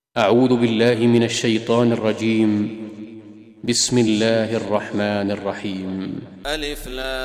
أعوذ بالله من الشيطان الرجيم. بسم الله الرحمن الرحيم. ألف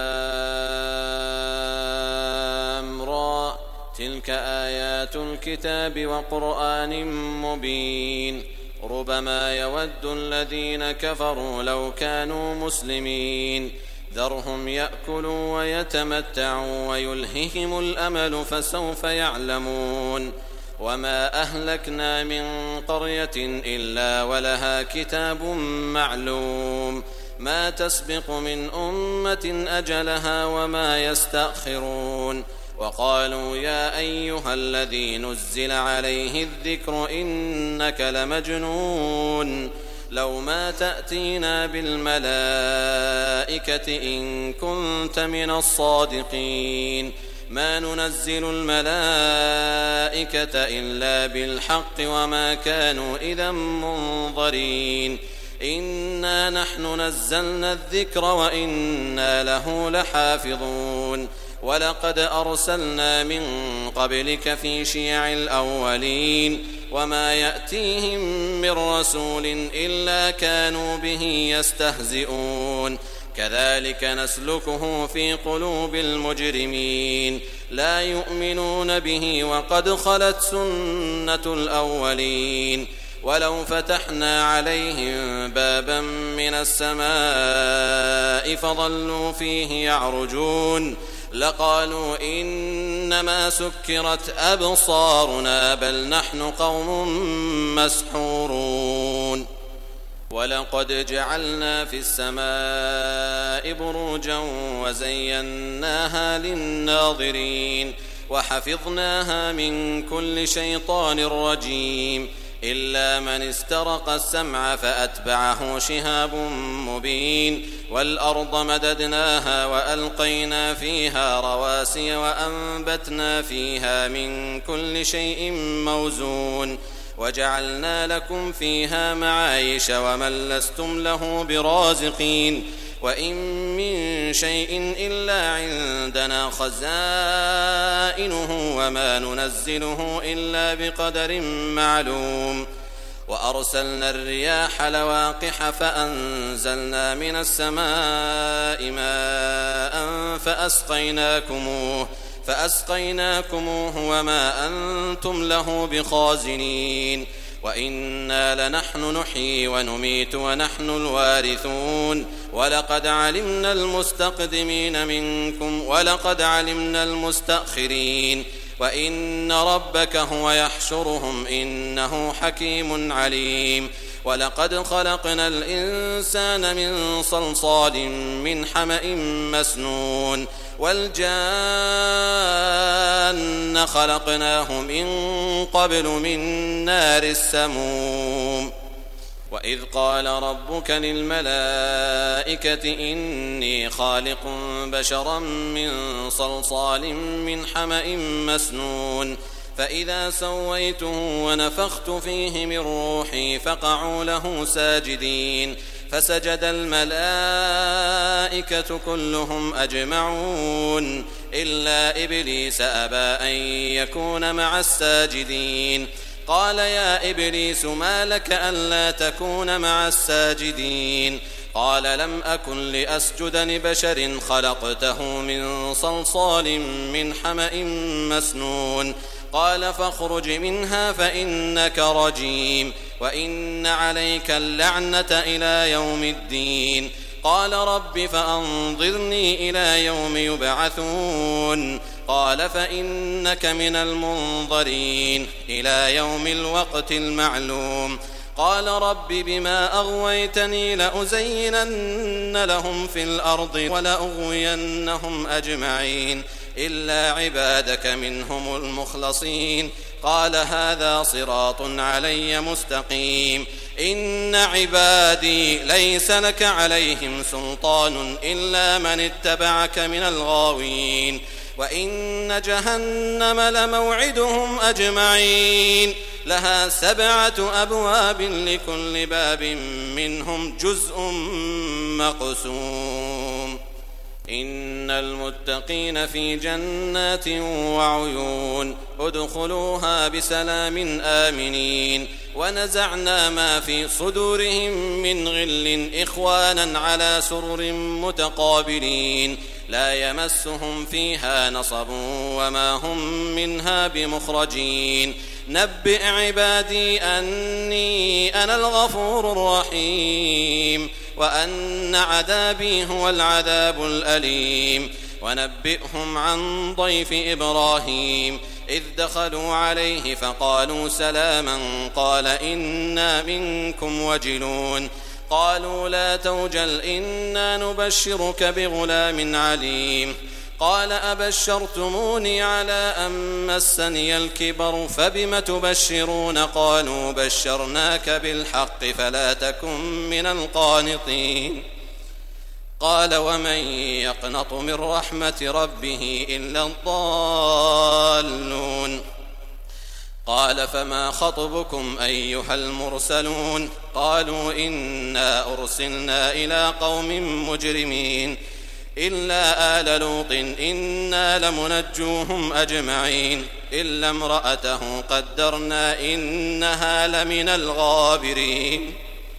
لام را تلك آيات الكتاب وقرآن مبين ربما يود الذين كفروا لو كانوا مسلمين ذرهم يأكلوا ويتمتعوا ويلههم الأمل فسوف يعلمون وما أهلكنا من قرية إلا ولها كتاب معلوم ما تسبق من أمة أجلها وما يستأخرون وقالوا يا أيها الذي نزل عليه الذكر إنك لمجنون لو ما تأتينا بالملائكة إن كنت من الصادقين ما ننزل الملائكة إلا بالحق وما كانوا إذا منظرين إنا نحن نزلنا الذكر وإنا له لحافظون ولقد أرسلنا من قبلك في شيع الأولين وما يأتيهم من رسول إلا كانوا به يستهزئون كذلك نسلكه في قلوب المجرمين لا يؤمنون به وقد خلت سنة الأولين ولو فتحنا عليهم بابا من السماء فظلوا فيه يعرجون لقالوا إنما سكرت أبصارنا بل نحن قوم مسحورون ولقد جعلنا في السماء بروجا وزيناها للناظرين وحفظناها من كل شيطان رجيم إلا من استرق السمع فأتبعه شهاب مبين والأرض مددناها وألقينا فيها رواسي وأنبتنا فيها من كل شيء موزون وجعلنا لكم فيها معايش ومن لستم له برازقين وإن من شيء إلا عندنا خزائنه وما ننزله إلا بقدر معلوم وأرسلنا الرياح لواقح فأنزلنا من السماء ماء فأسقيناكموه وما أنتم له بخازنين وإنا لنحن نحيي ونميت ونحن الوارثون ولقد علمنا المستقدمين منكم ولقد علمنا المستأخرين وإن ربك هو يحشرهم إنه حكيم عليم ولقد خلقنا الإنسان من صلصال من حمأ مسنون والجان خلقناه من قبل من نار السموم وإذ قال ربك للملائكة إني خالق بشرا من صلصال من حمأ مسنون فإذا سويته ونفخت فيه من روحي فقعوا له ساجدين فسجد الملائكة كلهم أجمعون إلا إبليس أبى أن يكون مع الساجدين قال يا إبليس ما لك ألا تكون مع الساجدين قال لم أكن لأسجد لبشر خلقته من صلصال من حمأ مسنون قال فاخرج منها فإنك رجيم وإن عليك اللعنة إلى يوم الدين قال رب فأنظرني إلى يوم يبعثون قال فإنك من المنظرين إلى يوم الوقت المعلوم قال رب بما أغويتني لأزينن لهم في الأرض ولأغوينهم أجمعين إلا عبادك منهم المخلصين قال هذا صراط علي مستقيم إن عبادي ليس لك عليهم سلطان إلا من اتبعك من الغاوين وإن جهنم لموعدهم أجمعين لها 7 أبواب لكل باب منهم جزء مقسوم إن المتقين في جنات وعيون ادخلوها بسلام آمنين ونزعنا ما في صدورهم من غل إخوانا على سرر متقابلين لا يمسهم فيها نصب وما هم منها بمخرجين نبئ عبادي أني أنا الغفور الرحيم وأن عذابي هو العذاب الأليم ونبئهم عن ضيف إبراهيم إذ دخلوا عليه فقالوا سلاما قال إنا منكم وجلون قالوا لا توجل إنا نبشرك بغلام عليم قال أبشرتموني على أن مسني الكبر فبم تبشرون قالوا بشرناك بالحق فلا تكن من القانطين قال ومن يقنط من رحمة ربه إلا الضالون قال فما خطبكم أيها المرسلون قالوا إنا أرسلنا إلى قوم مجرمين إلا آل لوط إنا لمنجوهم أجمعين إلا امرأته قدرنا إنها لمن الغابرين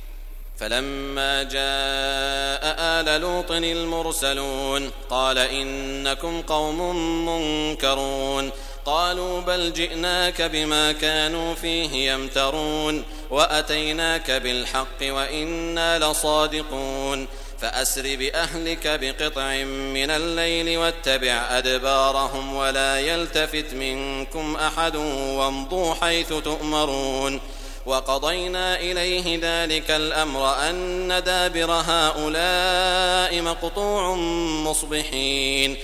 فلما جاء آل لوط المرسلون قال إنكم قوم منكرون قالوا بل جئناك بما كانوا فيه يمترون وأتيناك بالحق وإنا لصادقون فأسر بأهلك بقطع من الليل واتبع أدبارهم ولا يلتفت منكم أحد وامضوا حيث تؤمرون وقضينا إليه ذلك الأمر أن دابر هؤلاء مقطوع مصبحين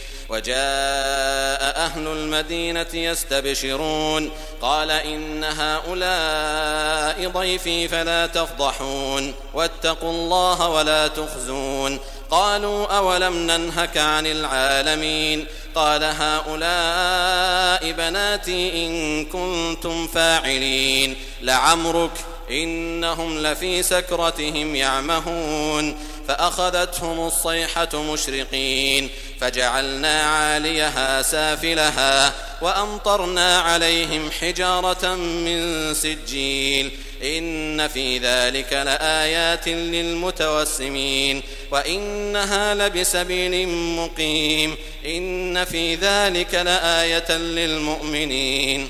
وجاء أهل المدينة يستبشرون قال إن هؤلاء ضيفي فلا تفضحون واتقوا الله ولا تخزون قالوا أولم ننهك عن العالمين قال هؤلاء بناتي إن كنتم فاعلين لعمرك إنهم لفي سكرتهم يعمهون فأخذتهم الصيحة مشرقين فجعلنا عاليها سافلها وأمطرنا عليهم حجارة من سجيل إن في ذلك لآيات للمتوسمين وإنها لبسبيل مقيم إن في ذلك لآية للمؤمنين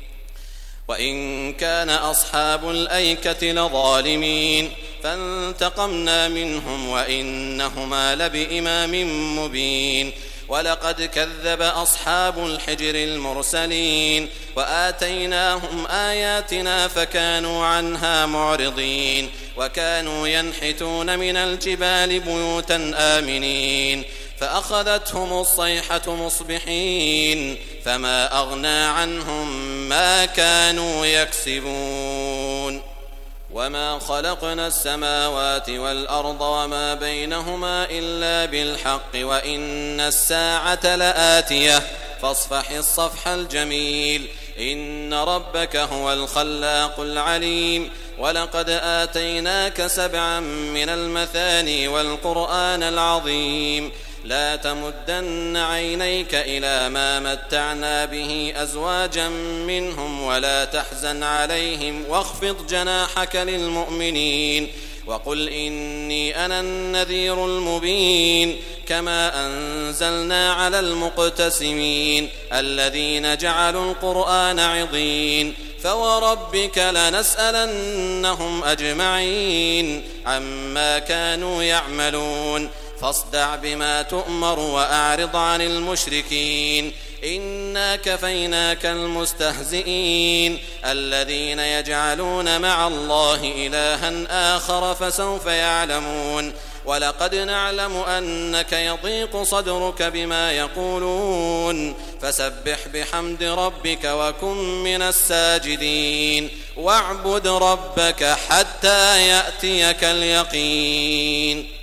وإن كان أصحاب الأيكة لظالمين فانتقمنا منهم وإنهما لبإمام مبين ولقد كذب أصحاب الحجر المرسلين وآتيناهم آياتنا فكانوا عنها معرضين وكانوا ينحتون من الجبال بيوتا آمنين فأخذتهم الصيحة مصبحين فما أغنى عنهم ما كانوا يكسبون وما خلقنا السماوات والأرض وما بينهما إلا بالحق وإن الساعة لآتية فاصفح الصفح الجميل إن ربك هو الخلاق العليم ولقد آتيناك 7 من المثاني والقرآن العظيم لا تمدن عينيك إلى ما متعنا به أزواجا منهم ولا تحزن عليهم واخفض جناحك للمؤمنين وقل إني أنا النذير المبين كما أنزلنا على المقتسمين الذين جعلوا القرآن عضين فوربك لنسألنهم أجمعين عما كانوا يعملون فاصدع بما تؤمر وأعرض عن المشركين إنا كفيناك المستهزئين الذين يجعلون مع الله إلها آخر فسوف يعلمون ولقد نعلم أنك يضيق صدرك بما يقولون فسبح بحمد ربك وكن من الساجدين واعبد ربك حتى يأتيك اليقين